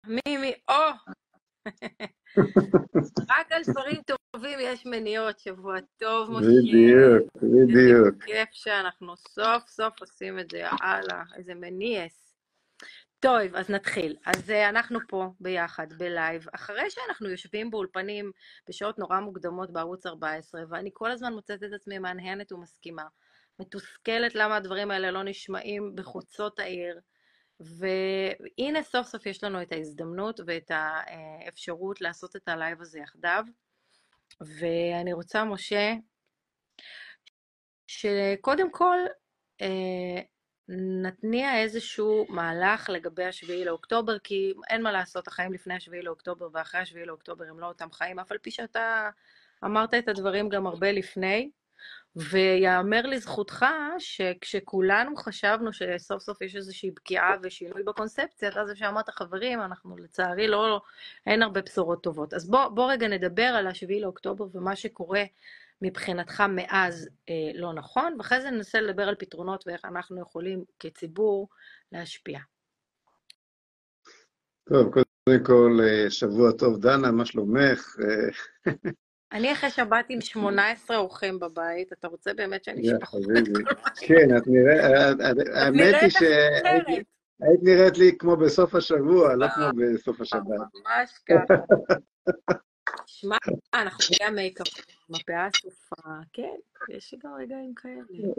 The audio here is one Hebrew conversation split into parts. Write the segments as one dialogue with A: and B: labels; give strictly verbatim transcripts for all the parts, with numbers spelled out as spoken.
A: מי, מי, או! רק על דברים טובים יש מניות. שבוע טוב, משה.
B: בדיוק, בדיוק.
A: איזה כיף שאנחנו סוף סוף עושים את זה, יאללה, איזה מניאס. טוב, אז נתחיל. אז אנחנו פה ביחד, בלייב, אחרי שאנחנו יושבים באולפנים בשעות נורא מוקדמות בערוץ ארבע עשרה, ואני כל הזמן מוצאת את עצמי מהנהנת ומסכימה. מתוסכלת למה הדברים האלה לא נשמעים בחוצות העיר, והנה סוף סוף יש לנו את ההזדמנות ואת האפשרות לעשות את הלייב הזה יחדיו. ואני רוצה, משה, שקודם כל נתניע איזשהו מהלך לגבי השביעי לאוקטובר, כי אין מה לעשות, החיים לפני השביעי לאוקטובר ואחרי השביעי לאוקטובר הם לא אותם חיים, אף על פי שאתה אמרת את הדברים גם הרבה לפני, ויאמר לזכותך שכשכולנו חשבנו שסוף סוף יש איזושהי פגיעה ושינוי בקונספציה, אז שאמרת חברים, אנחנו לצערי לא, אין הרבה בשורות טובות. אז בוא, בוא רגע נדבר על השביעי לאוקטובר ומה שקורה מבחינתך מאז אה, לא נכון, ואחרי זה ננסה לדבר על פתרונות ואיך אנחנו יכולים כציבור להשפיע.
B: טוב, קודם כל, שבוע טוב, דנה, מה שלומך?
A: אני אחרי שבת עם שמונה עשרה אורחים בבית, אתה רוצה באמת שאני אשפוך את כל מה ש...
B: כן, את נראית, האמת היא שהיית נראית לי כמו בסוף השבוע, לא כמו בסוף השבת.
A: ממש ככה. שמע, אנחנו בלי המייקאפ, מפאה הסופה, כן, יש גם רגעים כאלה.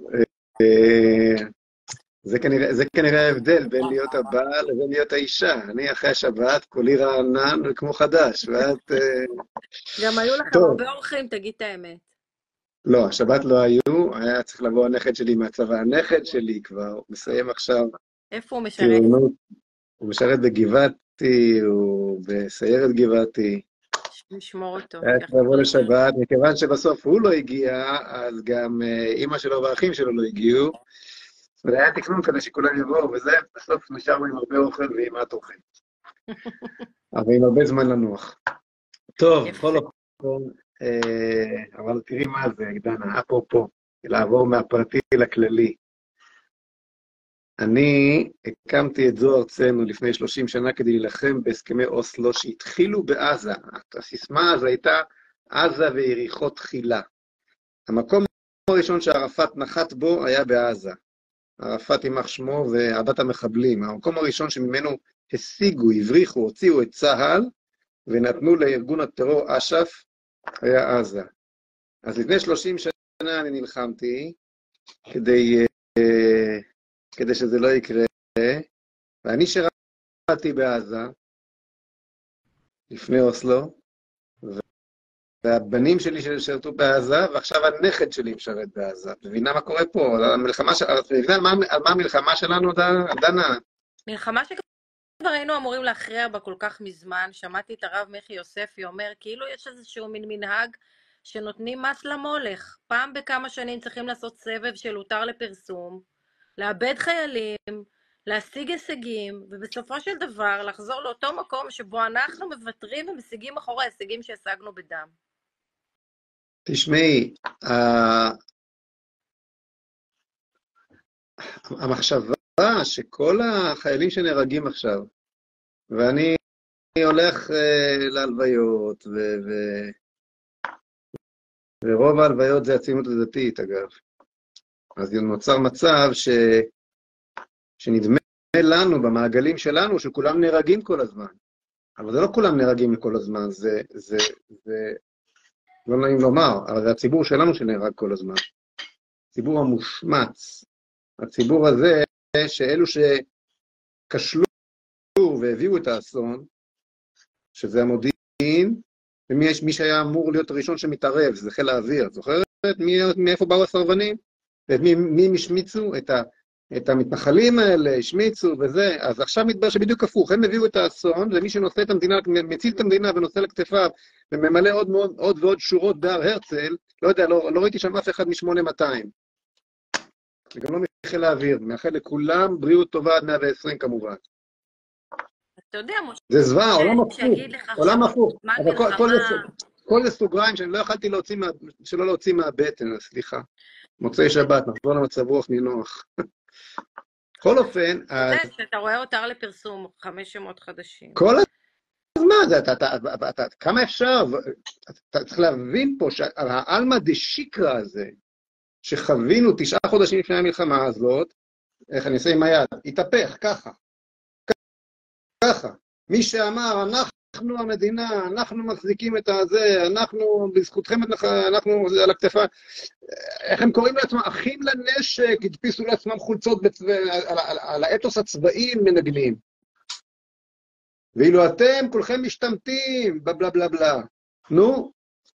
B: זה כנראה, זה כנראה ההבדל בין להיות הבעל לבין להיות האישה. אני אחרי השבת, כולי רענן וכמו חדש, ואת...
A: גם היו לכם הרבה אורחים, תגיד את האמת.
B: לא, השבת לא היו, היה צריך לבוא הנכד שלי מהצבא. הנכד שלי כבר מסיים עכשיו...
A: איפה הוא משרת?
B: טירונות. הוא משרת בגבעתי, הוא בסיירת גבעתי.
A: נשמור אותו.
B: היה צריך לבוא לשבת, מכיוון שבסוף הוא לא הגיע, אז גם אמא שלו והאחים שלו לא הגיעו. והיה תכנון כדי שכולם יבואו, וזה בסוף נשארנו עם הרבה אוכל ועם מעט אוכל. אבל עם הרבה זמן לנוח. טוב, בכל אופן, אבל תראי מה זה, דנה, אפרופו, לעבור מהפרטי לכללי. אני הקמתי את זו ארצנו לפני שלושים שנה כדי להילחם בהסכמי אוסלו שהתחילו בעזה. הסיסמה הזו הייתה עזה ויריחו תחילה. המקום הראשון שערפאת נחת בו היה בעזה. ערפאת יימח שמו ועדת המחבלים. המקום הראשון שממנו השיגו, הבריחו, הוציאו את צה"ל ונתנו לארגון הטרור אש"ף היה עזה. אז לפני שלושים שנה אני נלחמתי כדי, כדי שזה לא יקרה, ואני שירתי בעזה לפני אוסלו, והבנים שלי שרתו בעזה, ועכשיו הנכד שלי משרת בעזה. את מבינה מה קורה פה? המלחמה של... את מבינה על מה, על מה המלחמה שלנו, דנה?
A: מלחמה שכבר היינו אמורים להכריע בה כל כך מזמן. שמעתי את הרב מיכי יוספי אומר, כאילו יש איזשהו מין מנהג שנותנים מס למולך. פעם בכמה שנים צריכים לעשות סבב של הותר לפרסום, לאבד חיילים, להשיג הישגים, ובסופו של דבר לחזור לאותו מקום שבו אנחנו מוותרים ומשיגים אחורה הישגים שהשגנו בדם.
B: תשמעי, המחשבה שכל החיילים שנהרגים עכשיו, ואני הולך להלוויות, ורוב ההלוויות זה הציונות הדתית, אגב. אז נוצר מצב ש... שנדמה לנו, במעגלים שלנו, שכולם נהרגים כל הזמן. אבל זה לא כולם נהרגים כל הזמן, זה... זה, זה... לא נעים לומר, אבל זה הציבור שלנו שנהרג כל הזמן. הציבור המושמץ. הציבור הזה, שאלו שכשלו והביאו את האסון, שזה המודיעין, ומי שהיה אמור להיות הראשון שמתערב, זה חיל האוויר. זוכרת מי, מאיפה באו הסרבנים? ומי מי משמיצו? את, ה, את המתנחלים האלה, השמיצו וזה. אז עכשיו מתברר שבדיוק הפוך, הם הביאו את האסון, ומי שנושא את המדינה, מציל את המדינה ונושא לכתפיו, וממלא עוד, מאוד, עוד ועוד שורות בהר הרצל, לא יודע, לא, לא ראיתי שם אף אחד מ-שמונה מאתיים. וגם לא מחיל האוויר, מאחל לכולם בריאות טובה עד מאה ועשרים כמובן.
A: אתה יודע, משה,
B: זה זוועה, עולם הפוך, עולם הפוך. אבל כל, כל, כל זה סוגריים שאני לא יכלתי להוציא, מה, שלא להוציא מהבטן, סליחה. מוצאי שבת, נחזור למצב רוח נינוח. בכל אופן,
A: אתה
B: אז
A: יודע שאתה רואה הותר לפרסום חמש שמות חדשים.
B: כל הזמן, זה, אתה, אתה, אתה, אתה, כמה אפשר, אתה צריך להבין פה שהעלמא דשיקרא הזה, שחווינו תשעה חודשים לפני המלחמה הזאת, איך אני אעשה עם היד, התהפך, ככה, ככה. מי שאמר, אנחנו המדינה, אנחנו מחזיקים את הזה, אנחנו, בזכותכם, אנחנו על הכתפיים, איך הם קוראים לעצמם, אחים לנשק, הדפיסו לעצמם חולצות בצבא, על, על, על האתוס הצבאי מנגנים. ואילו אתם כולכם משתמטים, בלה בלה בלה בלה. נו,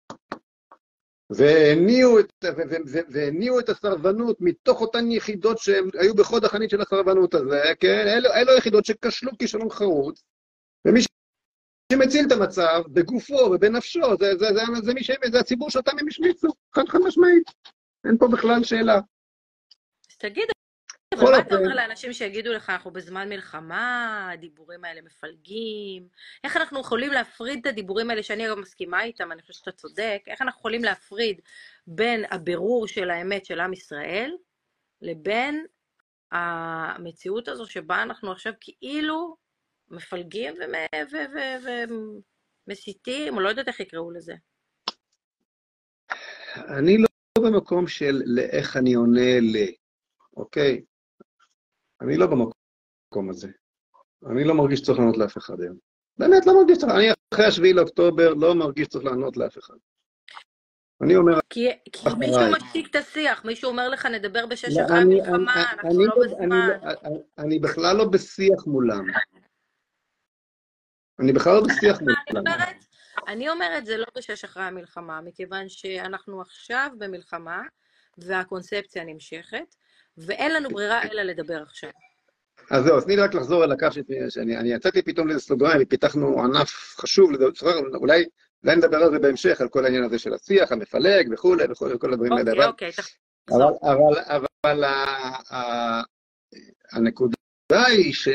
B: והניעו את, והניעו את הסרבנות מתוך אותן יחידות שהם היו בחוד החנית של הסרבנות הזה, כן? אלו, אלו יחידות שכשלו כישלון חרוץ, ומי שמציל את המצב בגופו ובנפשו, זה, זה, זה, זה, מי ש... זה הציבור שאותם הם השמיצו, חד חד משמעית. אין פה בכלל שאלה.
A: אז תגיד, אבל מה אתה אומר לאנשים שיגידו לך, אנחנו בזמן מלחמה, הדיבורים האלה מפלגים, איך אנחנו יכולים להפריד את הדיבורים האלה, שאני גם מסכימה איתם, אני חושבת שאתה צודק, איך אנחנו יכולים להפריד בין הבירור של האמת של עם ישראל, לבין המציאות הזו שבה אנחנו עכשיו כאילו מפלגים ומסיתים, או לא יודעת איך יקראו לזה.
B: אני לא במקום של לאיך אני עונה ל... אוקיי? אני לא במקום הזה. אני לא מרגיש שצריך לענות לאף אחד היום. באמת לא מרגיש שצריך, אני אחרי השביעי לאוקטובר לא מרגיש שצריך לענות לאף אחד. אני אומר...
A: כי, כי מישהו משיק את השיח, מישהו אומר לך נדבר בשש אחרי המלחמה, אנחנו לא בזמן.
B: אני בכלל לא בשיח מולם. אני בכלל לא בשיח מולם.
A: אני אומרת, זה לא בשש אחרי המלחמה, מכיוון שאנחנו עכשיו במלחמה, והקונספציה נמשכת, ואין לנו ברירה אלא לדבר עכשיו.
B: אז זהו, אז תני לי רק לחזור אל הקו שאני יצאתי פתאום לאיזה סוגריים, ופיתחנו ענף חשוב, אולי נדבר על זה בהמשך, על כל העניין הזה של השיח, המפלג וכו' וכל הדברים האלה.
A: אוקיי, אוקיי, תחזור.
B: אבל הנקודה היא ש...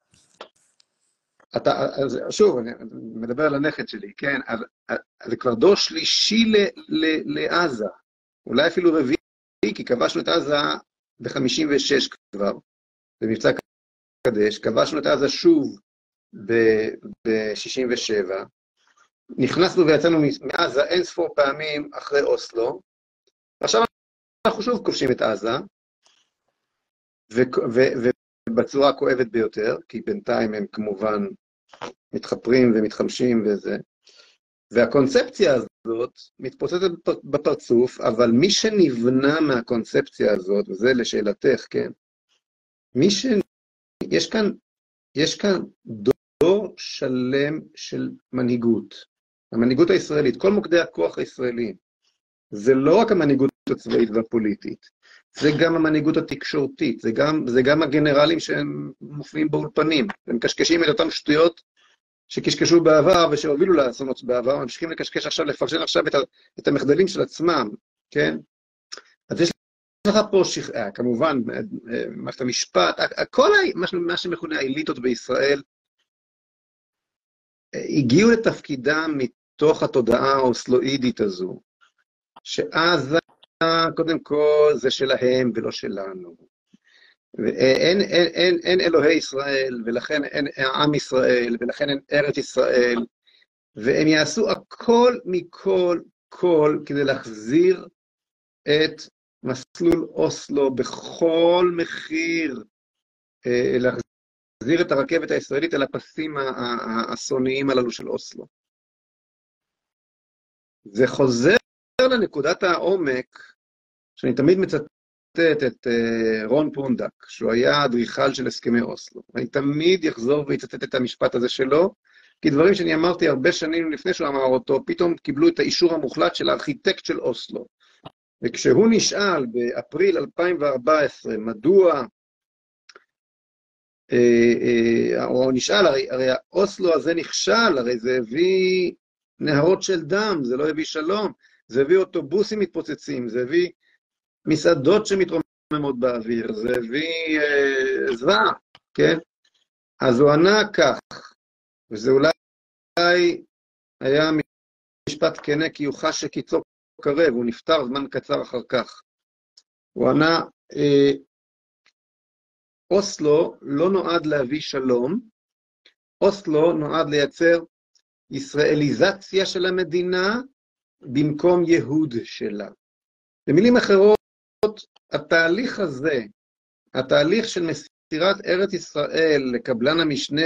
B: אתה, אז שוב, אני מדבר על הנכד שלי, כן? זה כבר דור שלישי לעזה, אולי אפילו רביעי, כי כבשנו את עזה ב-חמישים ושש כבר, במבצע קדש, כבשנו את עזה שוב ב-שישים ושבע, נכנסנו ויצאנו מעזה אין ספור פעמים אחרי אוסלו, ועכשיו אנחנו שוב כובשים את עזה, ובצורה הכואבת ביותר, כי בינתיים הם כמובן מתחפרים ומתחמשים וזה, והקונספציה הזאת מתפוצצת בפרצוף, אבל מי שנבנה מהקונספציה הזאת, וזה לשאלתך, כן? מי ש... יש כאן, יש כאן דור שלם של מנהיגות. המנהיגות הישראלית, כל מוקדי הכוח הישראליים. זה לא רק המנהיגות הצבאית והפוליטית, זה גם המנהיגות התקשורתית, זה גם, זה גם הגנרלים שהם מופיעים באולפנים, הם מקשקשים את אותם שטויות שקשקשו בעבר ושהובילו לאסונות בעבר, ממשיכים לקשקש עכשיו, לפרשן עכשיו את, ה, את המחדלים של עצמם, כן? אז יש לך פה, שכ... כמובן, מערכת המשפט, כל מה שמכונה האליטות בישראל, הגיעו לתפקידם מתוך התודעה האוסלואידית הזו, שעזה, קודם כל, זה שלהם ולא שלנו. ואין, אין, אין, אין אלוהי ישראל, ולכן אין עם ישראל, ולכן אין ארץ ישראל, והם יעשו הכל מכל כל כדי להחזיר את מסלול אוסלו בכל מחיר, להחזיר את הרכבת הישראלית אל הפסים האסוניים הללו של אוסלו. זה חוזר לנקודת העומק, שאני תמיד מצטט את רון פונדק, שהוא היה אדריכל של הסכמי אוסלו. אני תמיד יחזור ויצטט את המשפט הזה שלו, כי דברים שאני אמרתי הרבה שנים לפני שהוא אמר אותו, פתאום קיבלו את האישור המוחלט של הארכיטקט של אוסלו. וכשהוא נשאל באפריל אלפיים וארבע עשרה, מדוע, או נשאל, הרי, הרי האוסלו הזה נכשל, הרי זה הביא נהרות של דם, זה לא הביא שלום, זה הביא אוטובוסים מתפוצצים, זה הביא מסעדות שמתרוממות באוויר, זה הביא אה, זוועה, כן? אז הוא ענה כך, וזה אולי היה משפט כנה, כי הוא חש שקיצו קרב, הוא נפטר זמן קצר אחר כך. הוא ענה, אה, אוסלו לא נועד להביא שלום, אוסלו נועד לייצר ישראליזציה של המדינה במקום יהוד שלה. במילים אחרות, התהליך הזה, התהליך של מסירת ארץ ישראל לקבלן המשנה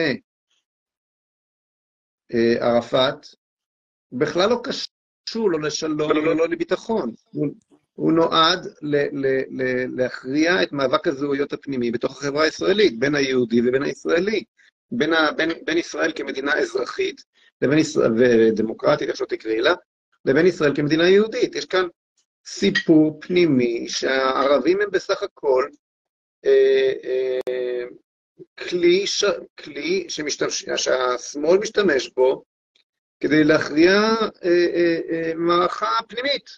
B: ערפאת, בכלל לא קשור לא לשלום, לא, לא לביטחון. הוא, הוא נועד ל, ל, ל, להכריע את מאבק הזהויות הפנימי בתוך החברה הישראלית, בין היהודי ובין הישראלי, בין, ה, בין, בין ישראל כמדינה אזרחית, לבין ישראל, ודמוקרטית, איך שתקראי לה, לבין ישראל כמדינה יהודית. יש כאן סיפור פנימי שהערבים הם בסך הכל אה, אה, כלי, ש, כלי שמשתמש, שהשמאל משתמש בו כדי להכריע אה, אה, אה, מערכה פנימית.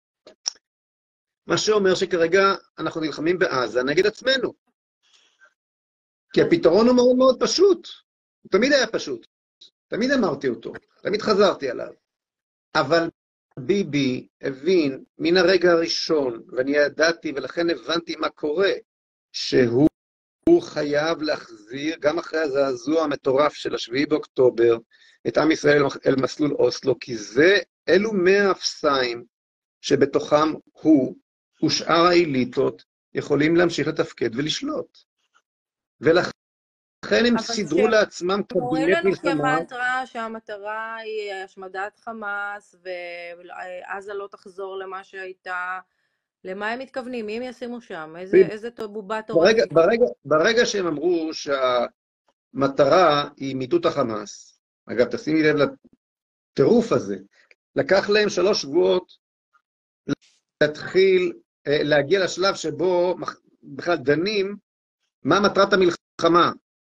B: מה שאומר שכרגע אנחנו נלחמים בעזה נגד עצמנו. כי הפתרון הוא מאוד מאוד פשוט. הוא תמיד היה פשוט. תמיד אמרתי אותו. תמיד חזרתי עליו. אבל ביבי הבין מן הרגע הראשון, ואני ידעתי ולכן הבנתי מה קורה, שהוא חייב להחזיר, גם אחרי הזעזוע המטורף של השביעי באוקטובר, את עם ישראל אל מסלול אוסלו, כי זה, אלו מאה אפסיים שבתוכם הוא ושאר האליטות יכולים להמשיך לתפקד ולשלוט. ולכן הם סידרו לעצמם קבינט מלחמה.
A: כמנטרה שהמטרה היא השמדת חמאס, ועזה לא תחזור למה שהייתה. למה הם מתכוונים? מי הם ישימו שם? איזה, איזה בובה תורנית?
B: ברגע, ברגע, ברגע שהם אמרו שהמטרה היא מיטוט החמאס, אגב, תשימי לב לטירוף הזה, לקח להם שלוש שבועות להתחיל, להגיע לשלב שבו בכלל דנים מה מטרת המלחמה.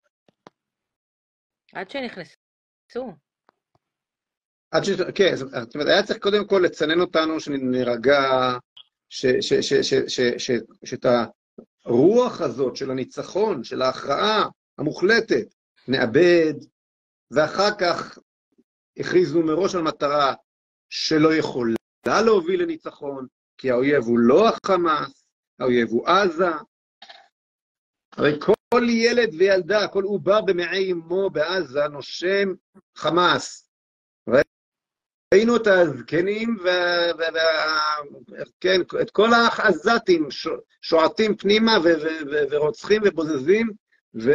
A: עד שנכנסו.
B: עד ש... כן, זאת אומרת, היה צריך קודם כל לצנן אותנו שנרגע, ש... ש... ש... ש... ש... ש... שאת הרוח הזאת של הניצחון, של ההכרעה המוחלטת, נאבד, ואחר כך הכריזו מראש על מטרה שלא יכולה להוביל לניצחון, כי האויב הוא לא החמאס, האויב הוא עזה. הרי כל ילד וילדה, כל עובר במעי אמו בעזה נושם חמאס. ראינו את הזקנים ו... ו... ו... כן, את כל העזתים שועטים פנימה ו... ו... ו... ורוצחים ובוזזים ו...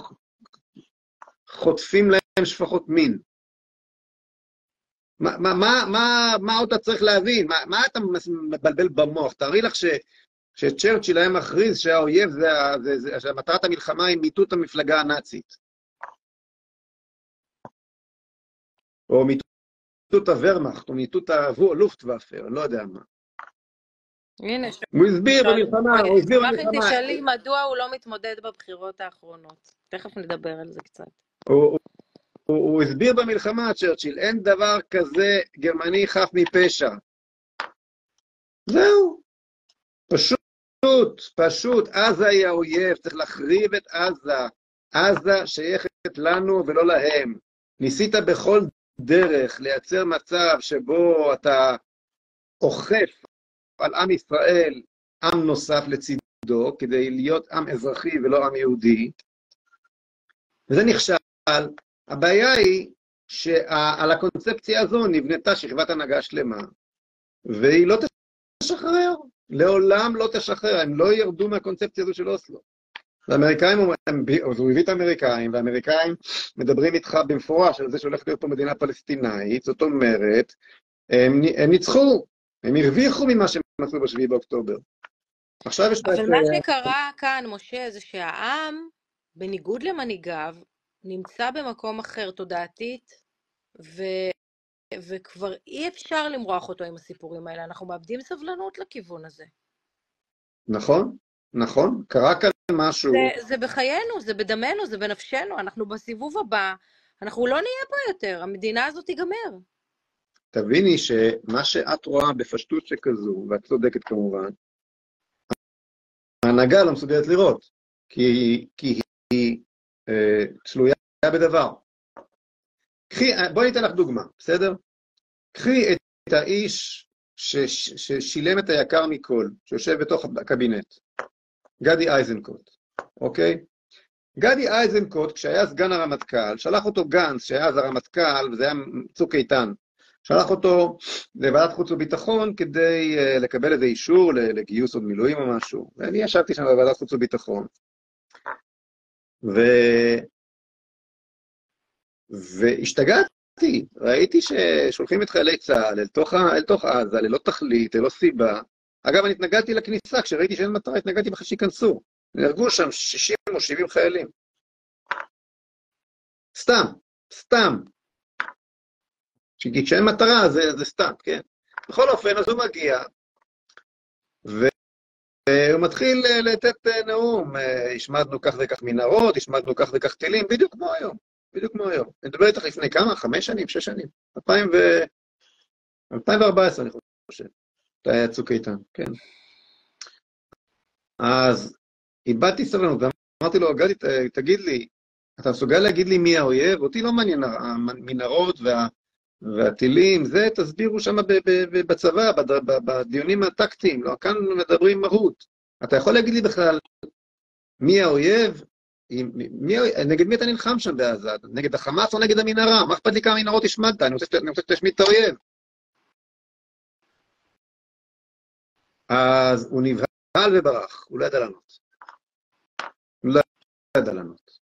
B: וחוטפים להם שפחות מין. מה, מה, מה, מה, מה עוד אתה צריך להבין? מה, מה אתה מבלבל במוח? תראי לך ש... שצ'רצ'יל היה מכריז שהאויב זה, זה, זה, שמטרת המלחמה היא מיטוט המפלגה הנאצית. או מיטוט הוורמאכט, או מיטוט הלופטוואפה, אני לא יודע מה.
A: הנה,
B: הוא הסביר במלחמה, הוא הסביר במלחמה.
A: שמח תשאלי מדוע הוא לא מתמודד בבחירות האחרונות. תכף נדבר על זה קצת.
B: הוא, הוא, הוא הסביר במלחמה, צ'רצ'יל, אין דבר כזה גרמני חף מפשע. זהו. פשוט, פשוט, עזה היא האויב, צריך להחריב את עזה. עזה שייכת לנו ולא להם. ניסית בכל דרך לייצר מצב שבו אתה אוכף על עם ישראל, עם נוסף לצידו, כדי להיות עם אזרחי ולא עם יהודי. וזה נכשל. הבעיה היא שעל הקונספציה הזו נבנתה שכבת הנהגה שלמה, והיא לא תשחרר. לעולם לא תשחרר, הם לא ירדו מהקונספציה הזו של אוסלו. והאמריקאים, הוא הביא את האמריקאים, והאמריקאים מדברים איתך במפורש על זה שהולך להיות פה מדינה פלסטינאית, זאת אומרת, הם, הם ניצחו, הם הרוויחו ממה שהם עשו בשביעי באוקטובר. עכשיו יש...
A: אבל מה שקרה כאן, משה, זה שהעם, בניגוד למנהיגיו, נמצא במקום אחר תודעתית, ו... וכבר אי אפשר למרוח אותו עם הסיפורים האלה, אנחנו מאבדים סבלנות לכיוון הזה.
B: נכון, נכון, קרה כאן משהו.
A: זה, זה בחיינו, זה בדמנו, זה בנפשנו, אנחנו בסיבוב הבא, אנחנו לא נהיה פה יותר, המדינה הזאת תיגמר.
B: תביני שמה שאת רואה בפשטות שכזו, ואת צודקת כמובן, ההנהגה לא מסוגלת לראות, כי, כי היא אה, תלויה בדבר. קחי, בואי ניתן לך דוגמה, בסדר? קחי את האיש ששילם את היקר מכל, שיושב בתוך הקבינט, גדי איזנקוט. אוקיי? גדי איזנקוט, כשהיה סגן הרמטכ"ל, שלח אותו גנץ, שהיה אז הרמטכ"ל, וזה היה צוק איתן, שלח אותו לוועדת חוץ וביטחון כדי uh, לקבל איזה אישור לגיוס עוד מילואים או משהו. ואני ישבתי שם בוועדת חוץ וביטחון. ו... והשתגעתי, ראיתי ששולחים את חיילי צה"ל אל תוך, אל תוך עזה, ללא תכלית, ללא סיבה. אגב, אני התנגדתי לכניסה, כשראיתי שאין מטרה, התנגדתי בכלל שייכנסו. נהרגו שם שישים או שבעים חיילים. סתם, סתם. כשאין מטרה, זה, זה סתם, כן? בכל אופן, אז הוא מגיע, והוא מתחיל לתת נאום, השמדנו כך וכך מנהרות, השמדנו כך וכך טילים, בדיוק כמו היום, בדיוק כמו היום. אני מדבר איתך לפני כמה? חמש שנים, שש שנים? אלפיים וארבע עשרה, אני חושב. זה היה צוק איתן, כן. אז איבדתי סבלנות, ואמרתי לו, גדי, תגיד לי, אתה מסוגל להגיד לי מי האויב? אותי לא מעניין המנהרות וה... והטילים, זה תסבירו שם בצבא, בדיונים הטקטיים, לא, כאן מדברים מהות. אתה יכול להגיד לי בכלל מי האויב? מי, נגד מי אתה נלחם שם בעזה? נגד החמאס או נגד המנהרה? מה אכפת לי כמה מנהרות השמדת? אני רוצה שתשמיד את האויב. אז הוא נבהל וברח, הוא לא ידע לענות. הוא לא ידע לענות.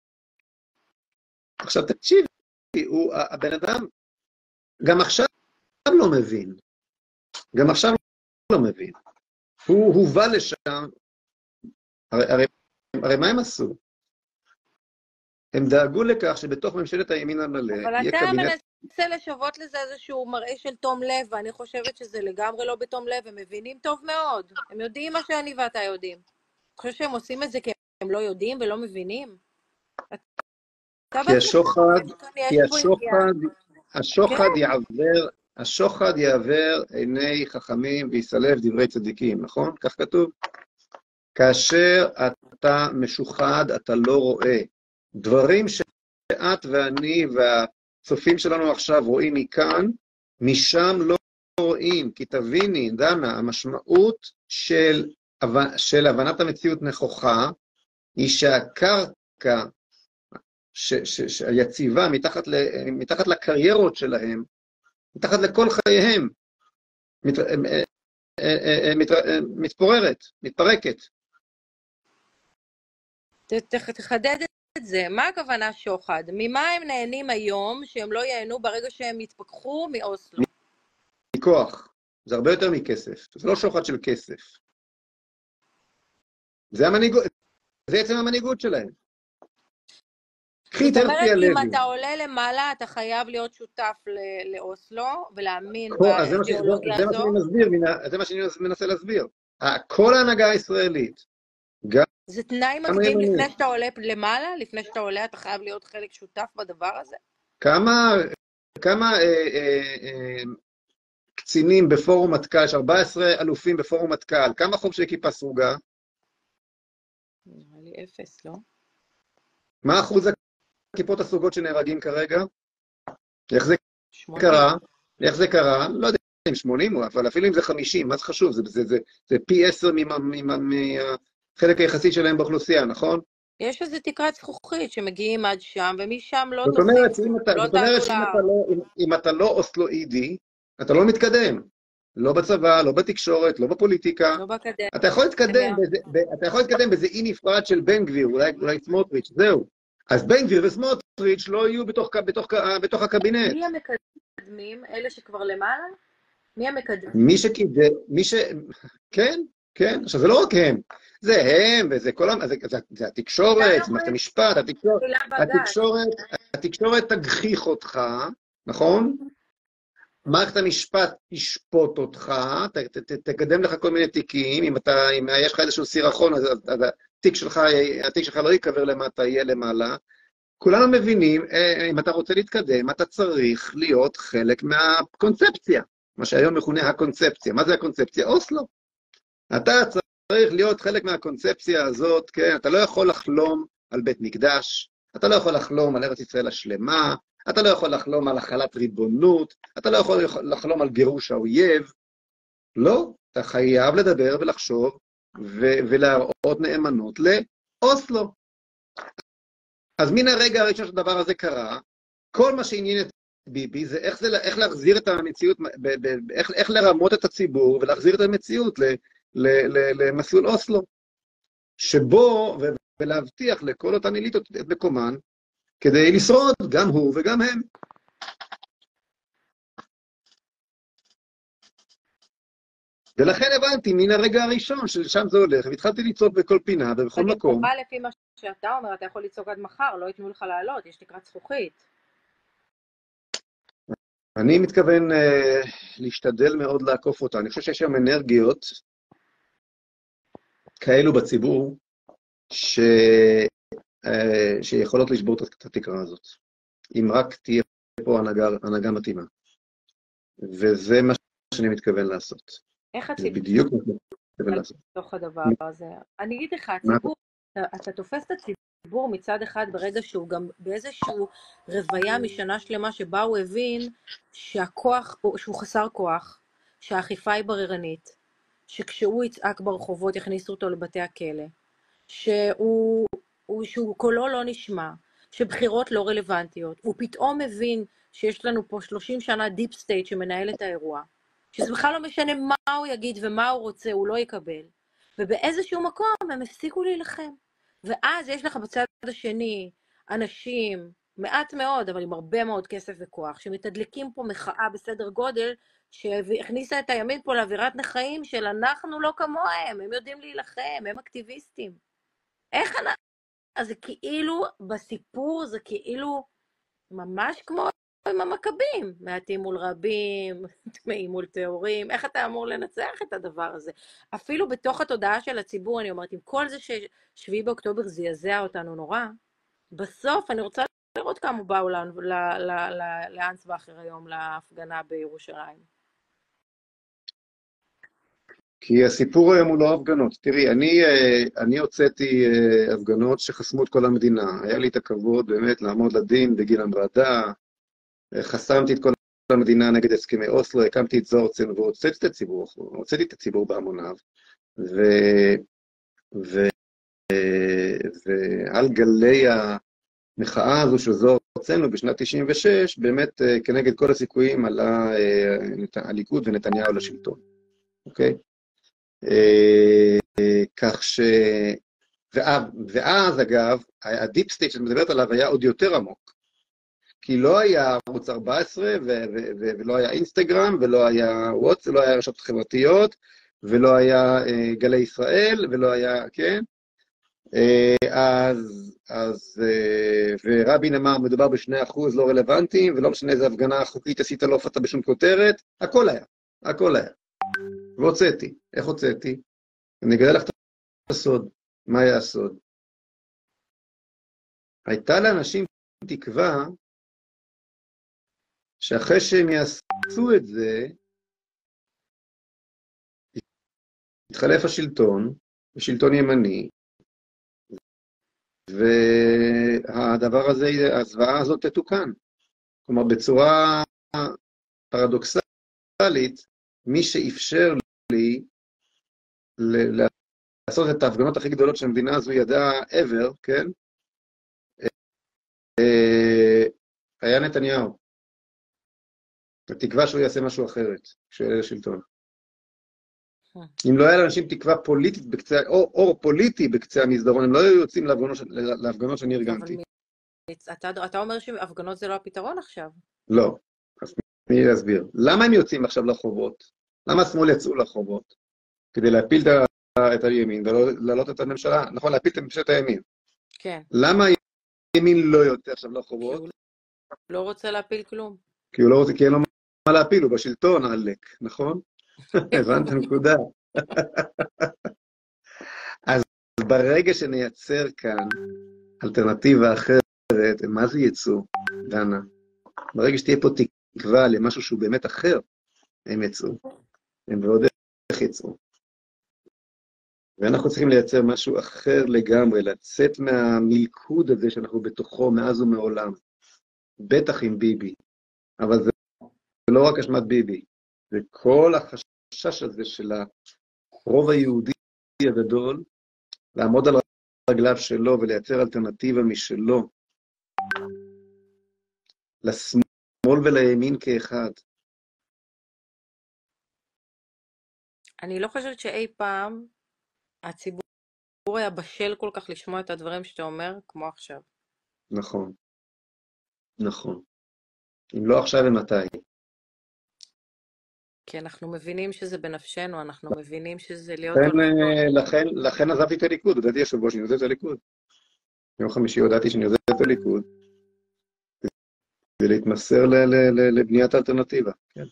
B: עכשיו תקשיב, הוא, הבן אדם, גם עכשיו לא מבין, גם עכשיו לא מבין. הוא הובא לשם, הרי, הרי, הרי מה הם עשו? הם דאגו לכך שבתוך ממשלת הימין המלא
A: יהיה קבינט... אבל אתה מנסה לשוות לזה איזשהו מראה של תום לב, ואני חושבת שזה לגמרי לא בתום לב, הם מבינים טוב מאוד, הם יודעים מה שאני ואתה יודעים. אתה חושב שהם עושים את זה כי הם לא יודעים ולא מבינים?
B: כי השוחד, כי השוחד, השוחד יעבר, השוחד יעבר עיני חכמים ויסלף דברי צדיקים, נכון? כך כתוב? כאשר אתה משוחד, אתה לא רואה. דברים שאת ואני והצופים שלנו עכשיו רואים מכאן, משם לא רואים. כי תביני, דנה, המשמעות של, של הבנת המציאות נכוחה, היא שהקרקע, שהיציבה מתחת, ל, מתחת לקריירות שלהם, מתחת לכל חייהם, מת, מת, מתפוררת, מתפרקת.
A: תחדד את זה, מה הכוונה שוחד? ממה הם נהנים היום שהם לא ייהנו ברגע שהם יתפכחו מאוסלו?
B: מכוח, זה הרבה יותר מכסף, זה לא שוחד של כסף. זה המנהיגות, זה עצם המנהיגות שלהם.
A: זאת אומרת, אם אתה עולה למעלה, אתה חייב להיות שותף לאוסלו, ולהאמין באידיאולוגיה הזו.
B: זה מה שאני מנסה להסביר. כל ההנהגה הישראלית,
A: זה תנאי מקדים לפני שאתה עולה למעלה? לפני שאתה עולה, אתה חייב להיות חלק שותף בדבר הזה?
B: כמה קצינים בפורום מטכ"ל, יש ארבעה עשר אלופים בפורום מטכ"ל, כמה חובשי כיפה סרוגה?
A: נראה לי אפס, לא?
B: מה אחוז הכיפות הסרוגות שנהרגים כרגע? איך זה קרה? איך זה קרה? לא יודע אם שמונים, אבל אפילו אם זה חמישים, מה זה חשוב? זה, זה, זה, זה פי עשר מהחלק היחסי שלהם באוכלוסייה, נכון?
A: יש איזו תקרת זכוכית שמגיעים עד שם, ומשם לא
B: תוסיף. זאת אומרת שאם אתה, זאת אומרת שאם אתה לא, אם, אם אתה לא אוסלואידי, אתה לא מתקדם. לא בצבא, לא בתקשורת, לא בפוליטיקה.
A: לא בקדם.
B: אתה יכול להתקדם בזה, אתה יכול להתקדם בזה אי נפרד של בן גביר, אולי, אולי סמוטריץ', זהו. אז בן גביר וסמוטריץ' לא יהיו בתוך, בתוך, בתוך הקבינט.
A: מי המקדמים? אלה שכבר למעלה? מי המקדמים?
B: מי שקידם, מי ש... כן, כן. עכשיו, זה לא רק הם. זה הם, וזה כל... זה, זה, זה התקשורת, זה מערכת המשפט, התקשורת, התקשורת, התקשורת תגחיך אותך, נכון? מערכת המשפט תשפוט אותך, ת, ת, ת, תקדם לך כל מיני תיקים, אם אתה, אם יש לך איזשהו סירחון, אז, אז התיק שלך, התיק שלך לא יקבר למטה, יהיה למעלה. כולנו מבינים, אם אתה רוצה להתקדם, אתה צריך להיות חלק מהקונספציה, מה שהיום מכונה הקונספציה. מה זה הקונספציה? אוסלו. אתה צריך להיות חלק מהקונספציה הזאת, כן? אתה לא יכול לחלום על בית מקדש, אתה לא יכול לחלום על ארץ ישראל השלמה, אתה לא יכול לחלום על החלת ריבונות, אתה לא יכול לחלום על גירוש האויב. לא, אתה חייב לדבר ולחשוב ו- ולהראות נאמנות אוסלו. אז מן הרגע הראשון שהדבר הזה קרה, כל מה שעניין את ביבי זה איך, זה, איך להחזיר את המציאות, ב, ב, ב, איך, איך לרמות את הציבור ולהחזיר את המציאות ל, ל, ל, למסלול אוסלו, שבו, ו, ולהבטיח לכל אותן אליטות את מקומן, כדי לשרוד גם הוא וגם הם. ולכן הבנתי מן הרגע הראשון ששם זה הולך, והתחלתי לצעוק בכל פינה ובכל מקום.
A: תגיד, לפי מה שאתה אומר, אתה יכול לצעוק עד מחר, לא יתנו לך לעלות, יש תקרת זכוכית.
B: אני מתכוון uh, להשתדל מאוד לעקוף אותה. אני חושב שיש שם אנרגיות כאלו בציבור, ש... uh, שיכולות לשבור את התקרה הזאת. אם רק תהיה פה הנהגה, הנהגה מתאימה. וזה מה שאני מתכוון לעשות.
A: איך הציבור?
B: בדיוק מה שאני מתכוון לעשות.
A: בתוך הדבר הזה. אני אגיד לך, הציבור, אתה, אתה תופס את הציבור מצד אחד ברגע שהוא גם באיזשהו רוויה משנה שלמה שבה הוא הבין שהכוח, שהוא חסר כוח, שהאכיפה היא בררנית, שכשהוא יצעק ברחובות יכניסו אותו לבתי הכלא, שהוא, שהוא קולו לא נשמע, שבחירות לא רלוונטיות, הוא פתאום מבין שיש לנו פה שלושים שנה דיפ סטייט שמנהל את האירוע, שזה בכלל לא משנה מה הוא יגיד ומה הוא רוצה, הוא לא יקבל. ובאיזשהו מקום הם הפסיקו להילחם. ואז יש לך בצד השני אנשים, מעט מאוד, אבל עם הרבה מאוד כסף וכוח, שמתדלקים פה מחאה בסדר גודל, שהכניסה את הימין פה לאווירת נחיים של אנחנו לא כמוהם, הם יודעים להילחם, הם אקטיביסטים. איך אנחנו? אז זה כאילו, בסיפור זה כאילו ממש כמו עם המכבים, מעטים מול רבים, טמאים מול תיאורים, איך אתה אמור לנצח את הדבר הזה? אפילו בתוך התודעה של הציבור, אני אומרת, עם כל זה ששביעי באוקטובר זעזע אותנו נורא, בסוף אני רוצה לראות כמה באו לאנסבכר היום להפגנה בירושלים.
B: כי הסיפור היום הוא לא הפגנות. תראי, אני, אני הוצאתי הפגנות שחסמו את כל המדינה. היה לי את הכבוד באמת לעמוד לדין בגיל המרדה, חסמתי את כל המדינה נגד הסכמי אוסלו, הקמתי את זורצן והוצאתי את הציבור, הוצאתי את הציבור בהמוניו, ו... ו... ועל גלי המחאה הזו של זורצן בשנת תשעים ושש, באמת כנגד כל הסיכויים עלה הליכוד ונתניהו לשלטון, אוקיי? כך ש... ואז אגב, הדיפ סטייט שאת מדברת עליו היה עוד יותר עמוק, כי לא היה ערוץ ארבע עשרה, ו- ו- ו- ולא היה אינסטגרם, ולא היה וואטס, ולא היה רשתות חברתיות, ולא היה uh, גלי ישראל, ולא היה, כן? Uh, אז, אז uh, ורבין אמר, מדובר בשני אחוז לא רלוונטיים, ולא משנה איזה הפגנה חוקית עשית לא הופעת בשום כותרת, הכל היה, הכל היה. והוצאתי, איך הוצאתי? אני אגלה לך את הסוד. מה היה הסוד? הייתה לאנשים תקווה, שאחרי שהם יעשו את זה, יתחלף השלטון, השלטון ימני, והדבר הזה, הזוועה הזאת תתוקן. כלומר, בצורה פרדוקסלית, מי שאפשר לי לעשות את ההפגנות הכי גדולות שהמדינה הזו ידעה ever, כן? היה נתניהו. התקווה שהוא יעשה משהו אחרת, כשהוא יעלה לשלטון. אם לא היה לאנשים תקווה פוליטית בקצה, או אור פוליטי בקצה המסדרון, הם לא היו יוצאים להפגנות, להפגנות שאני ארגנתי.
A: אתה, אתה אומר שהפגנות זה לא הפתרון עכשיו?
B: לא. אז תני להסביר. למה הם יוצאים עכשיו לרחובות? למה השמאל יצאו לרחובות? כדי להפיל את הימין ולהעלות את הממשלה, נכון, להפיל את ממשלת הימין.
A: כן.
B: למה הימין לא יוצא עכשיו לרחובות?
A: כי הוא לא רוצה להפיל כלום.
B: כי הוא לא רוצה, כי אין לו מה להפיל, הוא בשלטון, עלק, נכון? הבנת נקודה. אז ברגע שנייצר כאן אלטרנטיבה אחרת, מה זה יצאו, דנה? ברגע שתהיה פה תקווה למשהו שהוא באמת אחר, הם יצאו. הם ועוד איך יצאו. ואנחנו צריכים לייצר משהו אחר לגמרי, לצאת מהמלכוד הזה שאנחנו בתוכו מאז ומעולם. בטח עם ביבי. אבל זה לא רק אשמת ביבי. זה כל החשש הזה של הרוב היהודי הגדול, לעמוד על רגליו שלו ולייצר אלטרנטיבה משלו, לשמאל ולימין כאחד.
A: אני לא חושבת שאי פעם הציבור היה בשל כל כך לשמוע את הדברים שאתה אומר, כמו עכשיו.
B: נכון, נכון. אם לא עכשיו ומתי.
A: כי אנחנו מבינים שזה בנפשנו, אנחנו מבינים שזה להיות
B: לכן,
A: הולך...
B: לכן, לכן עזבתי את הליכוד, הודעתי השבוע שאני עוזב את הליכוד. יום חמישי הודעתי שאני עוזב את הליכוד, ולהתמסר ל- ל- ל- לבניית האלטרנטיבה, כן.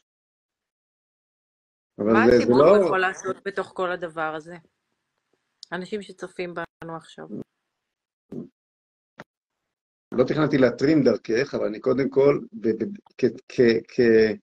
B: אבל
A: מה
B: זה, זה
A: הציבור
B: לא...
A: יכול לעשות בתוך כל הדבר הזה? אנשים שצופים בנו עכשיו.
B: לא תכננתי להתרים דרכך, אבל אני קודם כל, ב- ב- כ- כ- כ-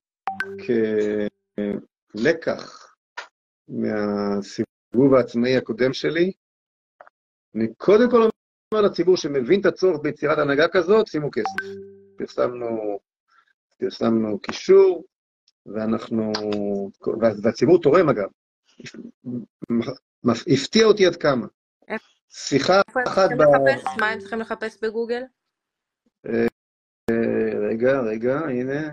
B: כלקח מהסיבוב העצמאי הקודם שלי, אני קודם כל אומר לציבור שמבין את הצורך ביצירת הנהגה כזאת, שימו כסף. פרסמנו, פרסמנו קישור, ואנחנו, והציבור תורם אגב. הפתיע אותי עד כמה. שיחה
A: איפה הם
B: אחת
A: צריכים
B: ב...
A: לחפש? מה הם צריכים לחפש בגוגל?
B: רגע, רגע, הנה.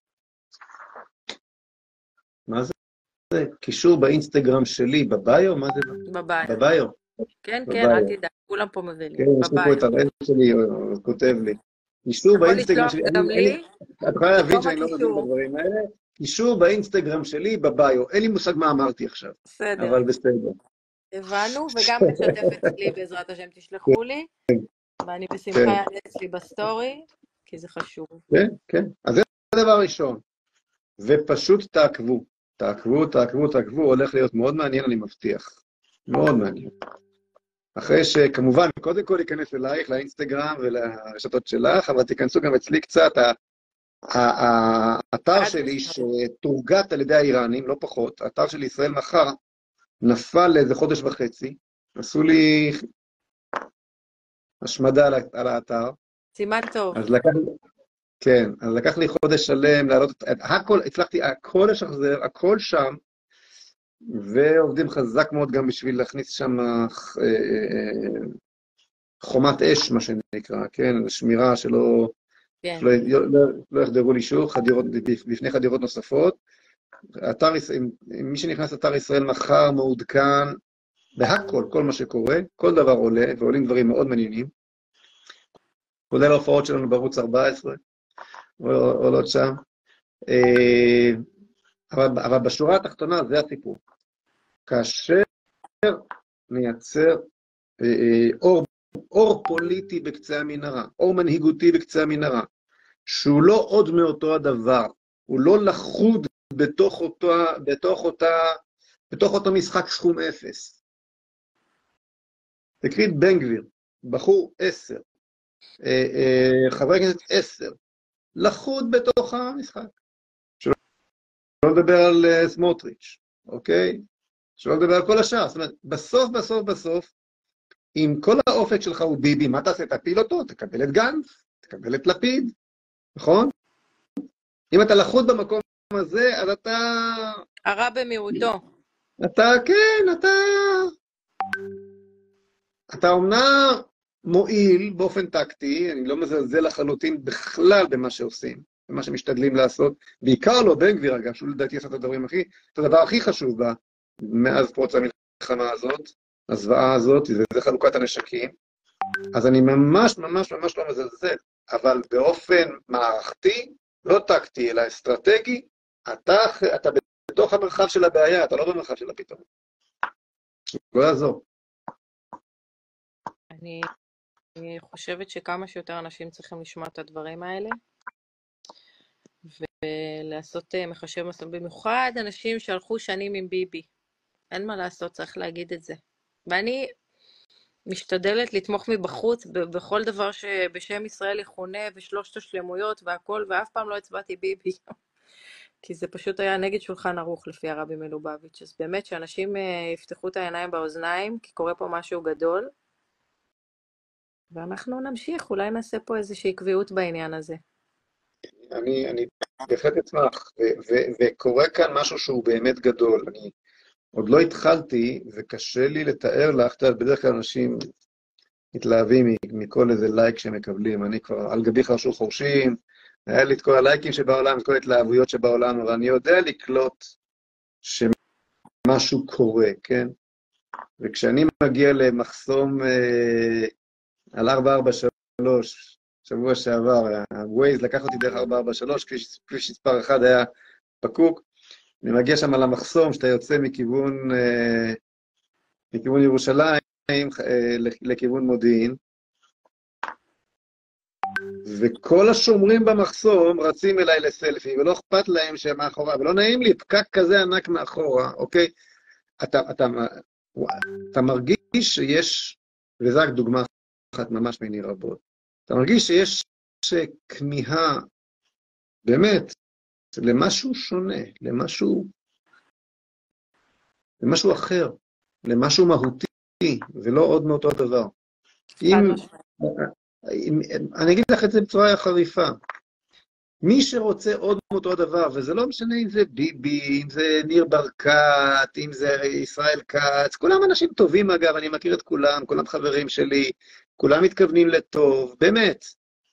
B: מה זה? קישור באינסטגרם שלי, בביו? מה זה?
A: בביו.
B: בביו.
A: כן, כן,
B: בביו.
A: אל תדאג, כולם פה מבינים.
B: כן, יש לי פה את
A: בביו.
B: הראל שלי, הוא כותב לי. קישור
A: יכול
B: באינסטגרם
A: לשלוח
B: שלי,
A: גם
B: אין לי,
A: לי,
B: את יכולה להבין
A: בתום
B: שאני לא מבין
A: הקישור.
B: בדברים האלה. קישור באינסטגרם שלי, בביו. אין לי מושג מה אמרתי עכשיו,
A: בסדר.
B: אבל בסדר.
A: הבנו, וגם לשתף אצלי בעזרת השם תשלחו לי, ואני בשמחה
B: כן.
A: אעלה אצלי בסטורי, כי זה חשוב.
B: כן, כן. אז זה הדבר הראשון. ופשוט תעקבו. תעקבו, תעקבו, תעקבו, הולך להיות מאוד מעניין, אני מבטיח. מאוד מעניין. אחרי שכמובן, קודם כל להיכנס אלייך, לאינסטגרם ולרשתות שלך, אבל תיכנסו גם אצלי קצת, האתר שלי שתורגת על ידי האיראנים, לא פחות, האתר של ישראל מחר, נפל לאיזה חודש וחצי, עשו לי השמדה על האתר.
A: סימן טוב.
B: אז לקח, כן, אז לקח לי חודש שלם להעלות את הכל, הצלחתי, הכל לשחזר, הכל שם, ועובדים חזק מאוד גם בשביל להכניס שם חומת אש, מה שנקרא, כן, שמירה שלא
A: כן.
B: לא, לא, לא יחדרו לי שוב, חדירות, לפני חדירות נוספות. אתר, מי שנכנס לאתר ישראל מחר מעודכן בהכל, כל מה שקורה, כל דבר עולה, ועולים דברים מאוד מעניינים, כולל ההופעות שלנו בערוץ ארבע עשרה, עולות שם. אבל, אבל בשורה התחתונה זה הסיפור. כאשר נייצר אור, אור פוליטי בקצה המנהרה, אור מנהיגותי בקצה המנהרה, שהוא לא עוד מאותו הדבר, הוא לא לחוד בתוך אותו, בתוך אותה, בתוך אותו משחק סכום אפס. תקריא את בן גביר, בחור עשר, חברי כנסת עשר, לחוד בתוך המשחק. שלא לדבר על סמוטריץ', אוקיי? שלא לדבר על כל השאר. זאת אומרת, בסוף, בסוף, בסוף, אם כל האופק שלך הוא ביבי, מה תעשה? תפיל אותו, תקבל את גנץ, תקבל את לפיד, נכון? אם אתה לחוד במקום הזה, אז אתה...
A: הרע במיעוטו.
B: אתה, כן, אתה... אתה אומנם מועיל באופן טקטי, אני לא מזלזל לחלוטין בכלל במה שעושים, במה שמשתדלים לעשות, בעיקר לא בן גביר, אגב, שהוא לדעתי עשה את הדברים הכי, את הדבר הכי חשוב בה, מאז פרוץ המלחמה הזאת, הזוועה הזאת, וזה חלוקת הנשקים, אז אני ממש ממש ממש לא מזלזל, אבל באופן מערכתי, לא טקטי, אלא אסטרטגי, אתה, אתה בתוך המרחב של הבעיה, אתה לא במרחב של הפתרון. לא יעזור.
A: אני, אני חושבת שכמה שיותר אנשים צריכים לשמוע את הדברים האלה, ולעשות מחשב מסוים, במיוחד אנשים שהלכו שנים עם ביבי. אין מה לעשות, צריך להגיד את זה. ואני משתדלת לתמוך מבחוץ בכל דבר שבשם ישראל יכונה, ושלושת השלמויות והכל, ואף פעם לא הצבעתי ביבי. כי זה פשוט היה נגד שולחן ערוך לפי הרבי מלובביץ'. אז באמת שאנשים יפתחו את העיניים באוזניים, כי קורה פה משהו גדול, ואנחנו נמשיך, אולי נעשה פה איזושהי קביעות בעניין הזה.
B: אני, אני בהחלט אצמח, וקורה כאן משהו שהוא באמת גדול. אני עוד לא התחלתי, וקשה לי לתאר לך, בדרך כלל אנשים מתלהבים מכל איזה לייק שהם מקבלים. אני כבר על גבי חרשו חורשים, היה לי את כל הלייקים שבעולם, את כל ההתלהבויות שבעולם, אבל אני יודע לקלוט שמשהו קורה, כן? וכשאני מגיע למחסום אה, על ארבע ארבע שלוש, שבוע שעבר, הווייז לקח אותי דרך ארבע ארבע שלוש, כביש, כביש מספר אחד היה פקוק, אני מגיע שם למחסום, שאתה יוצא מכיוון, אה, מכיוון ירושלים אה, לכיוון מודיעין, וכל השומרים במחסום רצים אליי לסלפי, ולא אכפת להם שהם מאחורה, ולא נעים לי, פקק כזה ענק מאחורה, אוקיי? אתה, אתה, אתה מרגיש שיש, וזו רק דוגמה אחת ממש מיני רבות, אתה מרגיש שיש כמיהה, באמת, למשהו שונה, למשהו, למשהו אחר, למשהו מהותי, ולא עוד מאותו דבר. אם, אם, אני אגיד לך את זה בצורה חריפה, מי שרוצה עוד מאותו דבר, וזה לא משנה אם זה ביבי, אם זה ניר ברקת, אם זה ישראל כץ, כולם אנשים טובים אגב, אני מכיר את כולם, כולם חברים שלי, כולם מתכוונים לטוב, באמת.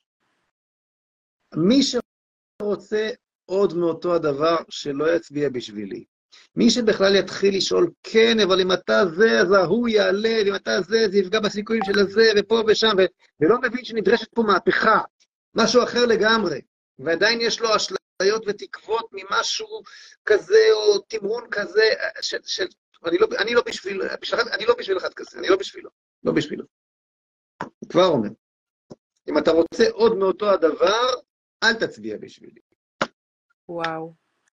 B: מי שרוצה עוד מאותו הדבר, שלא יצביע בשבילי. מי שבכלל יתחיל לשאול, כן, אבל אם אתה זה, אז ההוא יעלה, ואם אתה זה, זה יפגע בסיכויים של הזה, ופה ושם, ו... ולא מבין שנדרשת פה מהפכה, משהו אחר לגמרי. ועדיין יש לו אשליות ותקוות ממשהו כזה, או תמרון כזה, של, של, אני, לא, אני לא בשביל, אני לא בשביל אחד כזה, אני לא בשבילו, לא בשבילו. אני כבר אומר, אם אתה רוצה עוד מאותו הדבר, אל תצביע בשבילי.
A: וואו.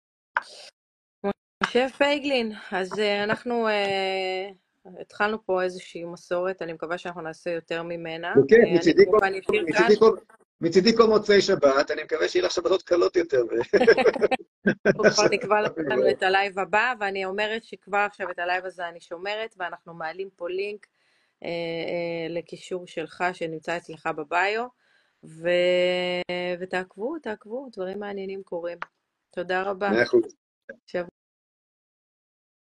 A: משה פייגלין, אז uh, אנחנו uh, התחלנו פה איזושהי מסורת, אני מקווה שאנחנו נעשה יותר ממנה.
B: וכן,
A: uh,
B: מצידי
A: אני
B: כל,
A: כמובן אשאיר כאן.
B: מצידי כל, מצידי כל מוצאי שבת, אני מקווה שיהיה לך שבתות קלות יותר.
A: אנחנו כבר נקבע לנו את הלייב הבא, ואני אומרת שכבר עכשיו את הלייב הזה אני שומרת, ואנחנו מעלים פה לינק אה, אה, לקישור שלך שנמצא אצלך בביו, ו... ותעקבו, תעקבו, דברים מעניינים קורים. תודה רבה.
B: מאה אחוז.